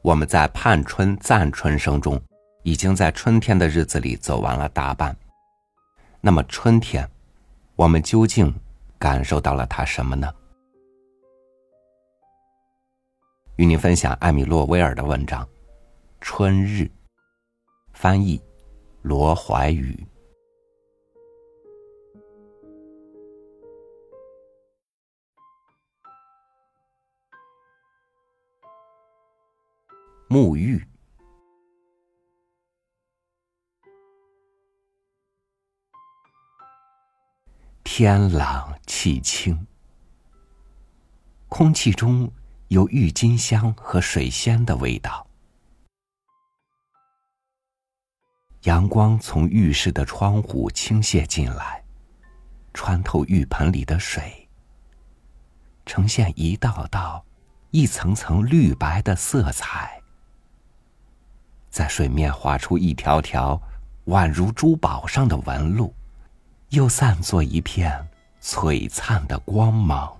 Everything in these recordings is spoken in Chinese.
我们在盼春赞春声中已经在春天的日子里走完了大半。那么春天，我们究竟感受到了它什么呢？与您分享艾米洛威尔的文章《春日》，翻译罗怀宇。沐浴。天朗气清，空气中有郁金香和水仙的味道。阳光从浴室的窗户倾泻进来，穿透浴盆里的水，呈现一道道、一层层绿白的色彩，在水面画出一条条宛如珠宝上的纹路，又散作一片璀璨的光芒。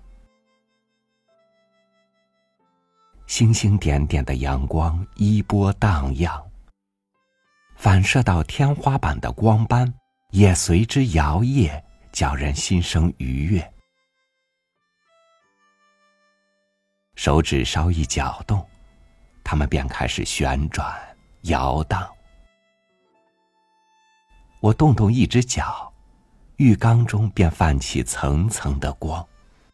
星星点点的阳光衣波荡漾，反射到天花板的光斑也随之摇曳，叫人心生愉悦。手指稍一搅动，它们便开始旋转摇荡。我动动一只脚，浴缸中便泛起层层的光。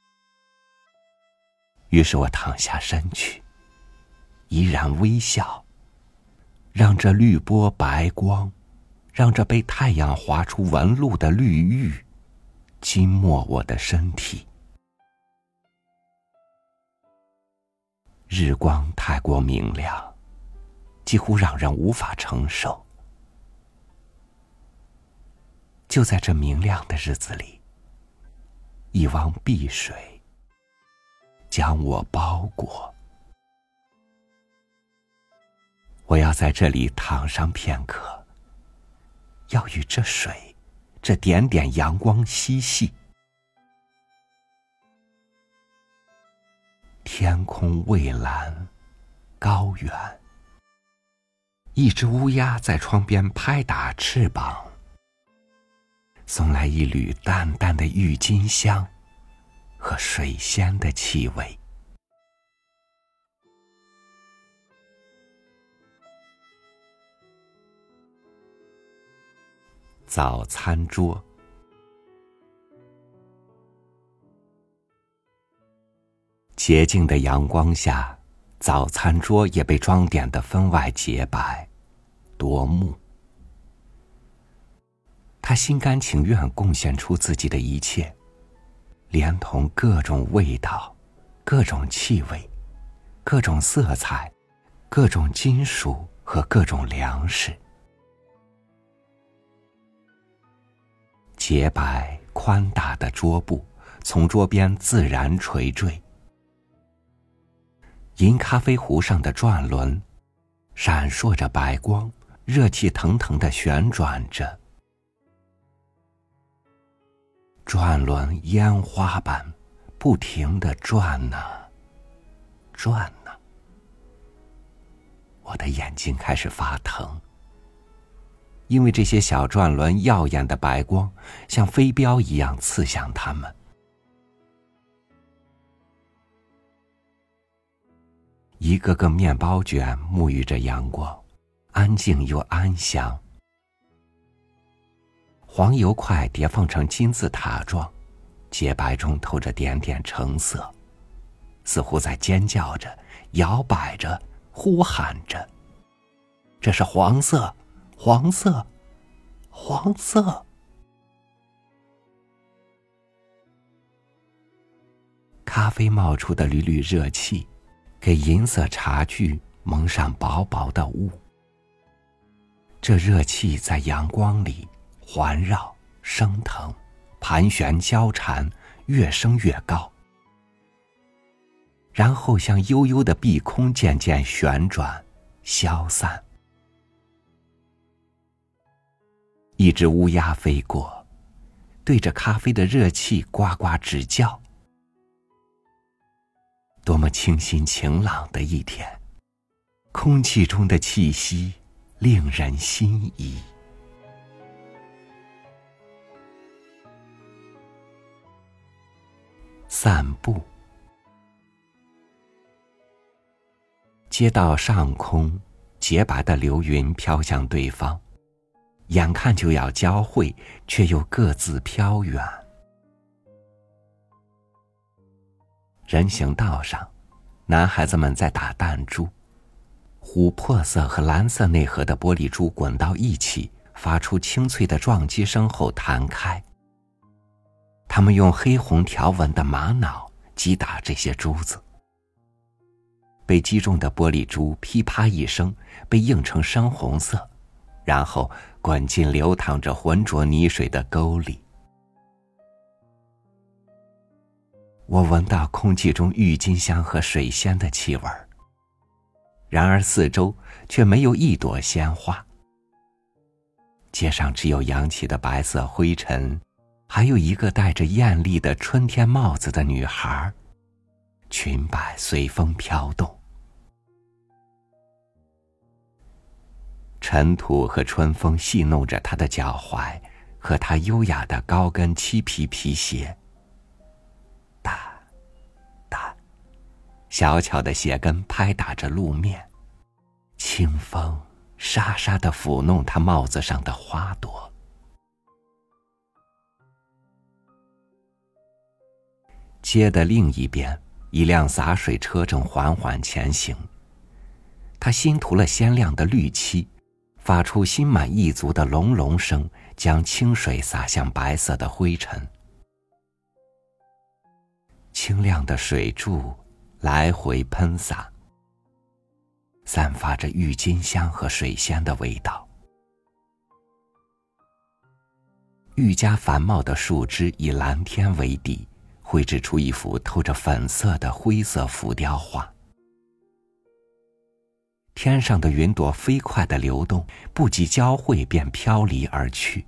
于是我躺下身去，依然微笑，让这绿波白光，让这被太阳划出纹路的绿玉浸没我的身体。日光太过明亮，几乎让人无法承受。就在这明亮的日子里，一汪碧水将我包裹。我要在这里躺上片刻，要与这水、这点点阳光嬉戏。天空蔚蓝，高远。一只乌鸦在窗边拍打翅膀，送来一缕淡淡的郁金香和水仙的气味。早餐桌。洁净的阳光下，早餐桌也被装点得分外洁白夺目。他心甘情愿贡献出自己的一切，连同各种味道、各种气味、各种色彩、各种金属和各种粮食。洁白宽大的桌布从桌边自然垂坠，银咖啡壶上的转轮闪烁着白光，热气腾腾地旋转着。转轮烟花般不停地转啊转啊，我的眼睛开始发疼，因为这些小转轮耀眼的白光像飞镖一样刺向它们。一个个面包卷沐浴着阳光，安静又安详。黄油块叠放成金字塔状，洁白中透着点点橙色，似乎在尖叫着、摇摆着、呼喊着：这是黄色，黄色，黄色。咖啡冒出的缕缕热气给银色茶具蒙上薄薄的雾，这热气在阳光里环绕升腾，盘旋交缠，越升越高，然后像悠悠的碧空渐渐旋转消散。一只乌鸦飞过，对着咖啡的热气呱呱直叫。多么清新晴朗的一天， 空气中的气息令人心仪。散步，街道上空，洁白的流云飘向对方，眼看就要交汇，却又各自飘远。人行道上，男孩子们在打弹珠，琥珀色和蓝色内核的玻璃珠滚到一起，发出清脆的撞击声后弹开。他们用黑红条纹的玛瑙击打这些珠子，被击中的玻璃珠噼啪一声被映成深红色，然后滚进流淌着浑浊泥水的沟里。我闻到空气中郁金香和水仙的气味，然而四周却没有一朵鲜花。街上只有扬起的白色灰尘，还有一个戴着艳丽的春天帽子的女孩，裙摆随风飘动。尘土和春风戏弄着她的脚踝和她优雅的高跟漆皮皮鞋，哒哒，小巧的鞋跟拍打着路面，清风沙沙地抚弄她帽子上的花朵。街的另一边，一辆洒水车正缓缓前行，它新涂了鲜亮的绿漆，发出心满意足的隆隆声，将清水洒向白色的灰尘。清亮的水柱来回喷洒，散发着郁金香和水仙的味道。愈加繁茂的树枝以蓝天为底，绘制出一幅透着粉色的灰色浮雕画。天上的云朵飞快地流动，不及交汇便飘离而去。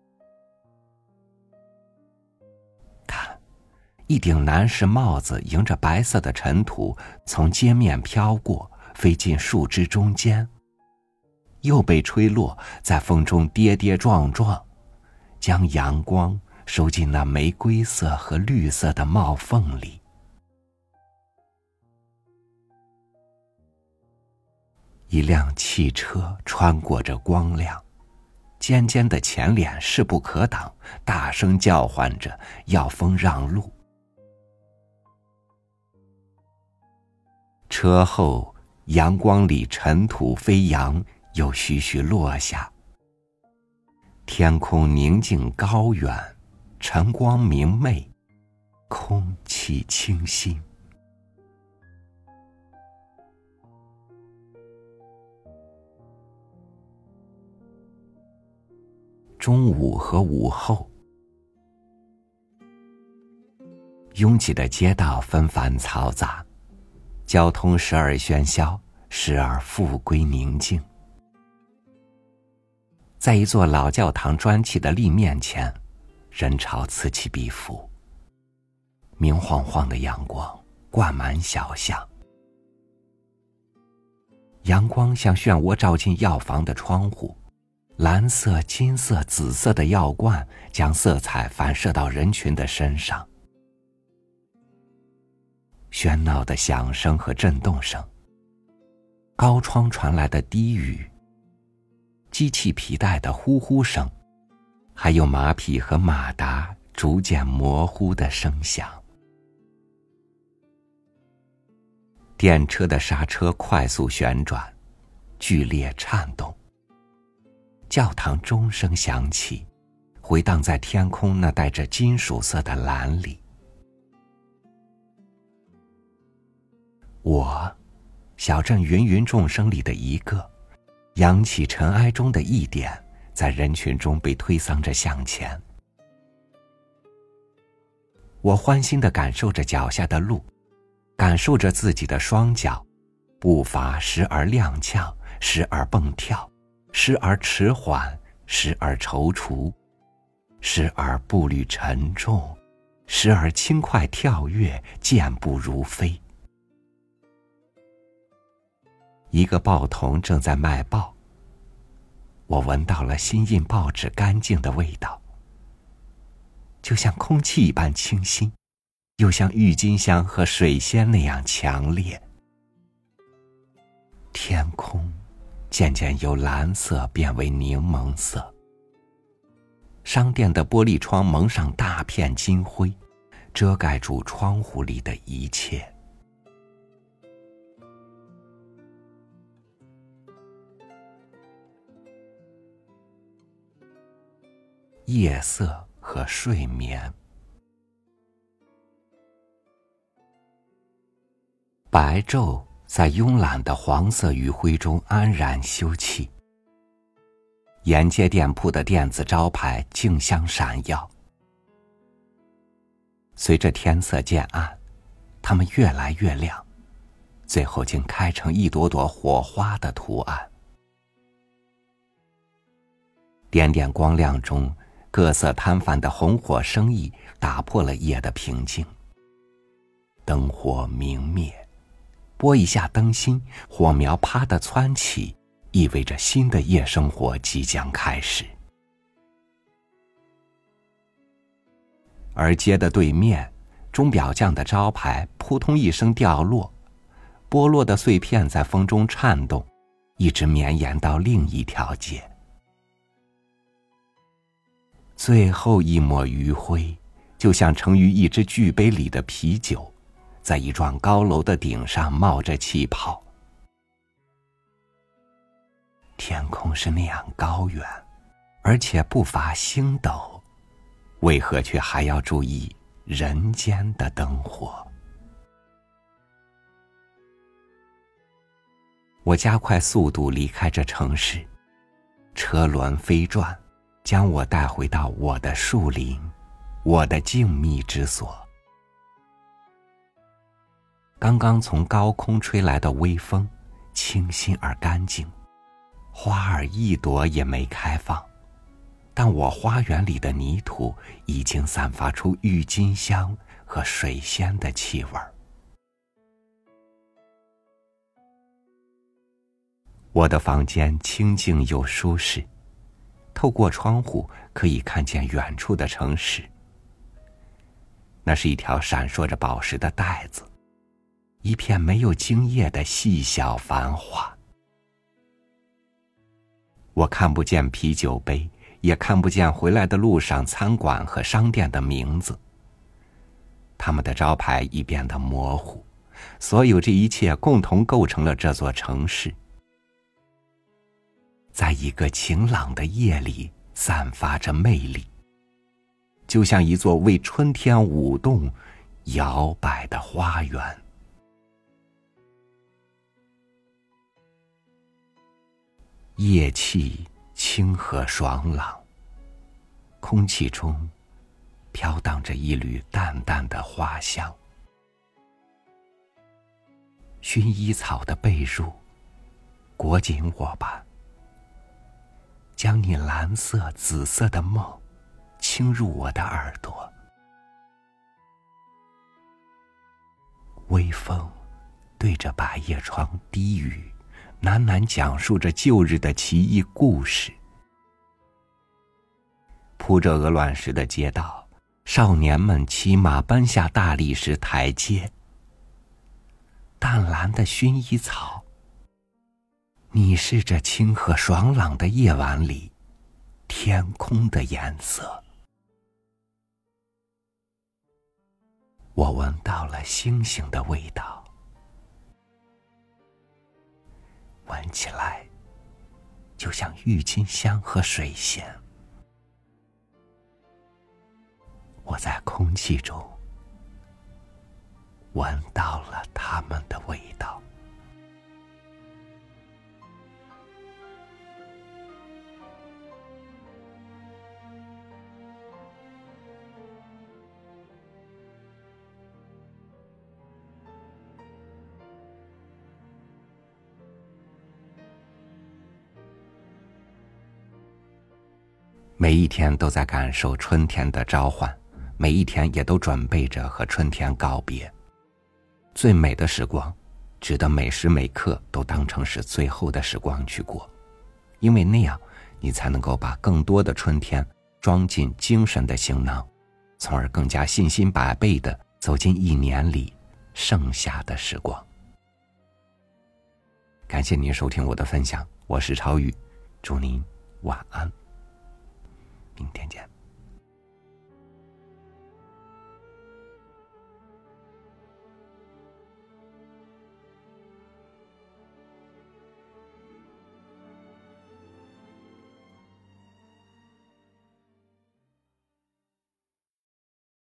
看，一顶男士帽子迎着白色的尘土从街面飘过，飞进树枝中间，又被吹落，在风中跌跌撞撞，将阳光收进那玫瑰色和绿色的帽缝里。一辆汽车穿过着光亮，尖尖的前脸势不可挡，大声叫唤着要风让路。车后阳光里尘土飞扬，又徐徐落下。天空宁静高远，晨光明媚，空气清新。中午和午后，拥挤的街道纷繁嘈杂，交通时而喧嚣，时而复归宁静。在一座老教堂砖砌的立面前，人潮此起彼伏，明晃晃的阳光灌满小巷。阳光像漩涡照进药房的窗户，蓝色、金色、紫色的药罐将色彩反射到人群的身上。喧闹的响声和震动声，高窗传来的低语，机器皮带的呼呼声，还有马匹和马达逐渐模糊的声响。电车的刹车快速旋转，剧烈颤动。教堂钟声响起，回荡在天空那带着金属色的蓝里。我，小镇芸芸众生里的一个，扬起尘埃中的一点，在人群中被推搡着向前。我欢欣地感受着脚下的路，感受着自己的双脚，步伐时而踉跄，时而蹦跳，时而迟缓，时而踌躇，时而步履沉重，时而轻快跳跃，健步如飞。 一个报童正在卖报。我闻到了新印报纸干净的味道，就像空气一般清新，又像郁金香和水仙那样强烈。天空渐渐由蓝色变为柠檬色，商店的玻璃窗蒙上大片金灰，遮盖住窗户里的一切。夜色和睡眠。白昼在慵懒的黄色余晖中安然休憩，沿街店铺的电子招牌竞相闪耀。随着天色渐暗，它们越来越亮，最后竟开成一朵朵火花的图案。点点光亮中，各色摊贩的红火生意打破了夜的平静。灯火明灭，拨一下灯芯，火苗啪地蹿起，意味着新的夜生活即将开始。而街的对面，钟表匠的招牌扑通一声掉落，剥落的碎片在风中颤动，一直绵延到另一条街。最后一抹余晖，就像盛于一只巨杯里的啤酒，在一幢高楼的顶上冒着气泡。天空是那样高远，而且不乏星斗，为何却还要注意人间的灯火？我加快速度离开这城市，车轮飞转，将我带回到我的树林，我的静谧之所。刚刚从高空吹来的微风，清新而干净，花儿一朵也没开放，但我花园里的泥土已经散发出郁金香和水仙的气味。我的房间清静又舒适，透过窗户可以看见远处的城市。那是一条闪烁着宝石的带子，一片没有茎叶的细小繁华。我看不见啤酒杯，也看不见回来的路上餐馆和商店的名字，他们的招牌已变得模糊，所有这一切共同构成了这座城市。在一个晴朗的夜里散发着魅力，就像一座为春天舞动摇摆的花园。夜气清和爽朗，空气中飘荡着一缕淡淡的花香。薰衣草的被褥，裹紧我吧，将你蓝色紫色的梦倾入我的耳朵。微风对着百叶窗低语，喃喃讲述着旧日的奇异故事。铺着鹅卵石的街道，少年们骑马奔下大理石台阶。淡蓝的薰衣草，你是这清和爽朗的夜晚里天空的颜色。我闻到了星星的味道，闻起来就像郁金香和水仙。我在空气中闻到了它们的味道。每一天都在感受春天的召唤，每一天也都准备着和春天告别。最美的时光值得每时每刻都当成是最后的时光去过，因为那样你才能够把更多的春天装进精神的行囊，从而更加信心百倍地走进一年里剩下的时光。感谢您收听我的分享，我是超宇，祝您晚安，明天见。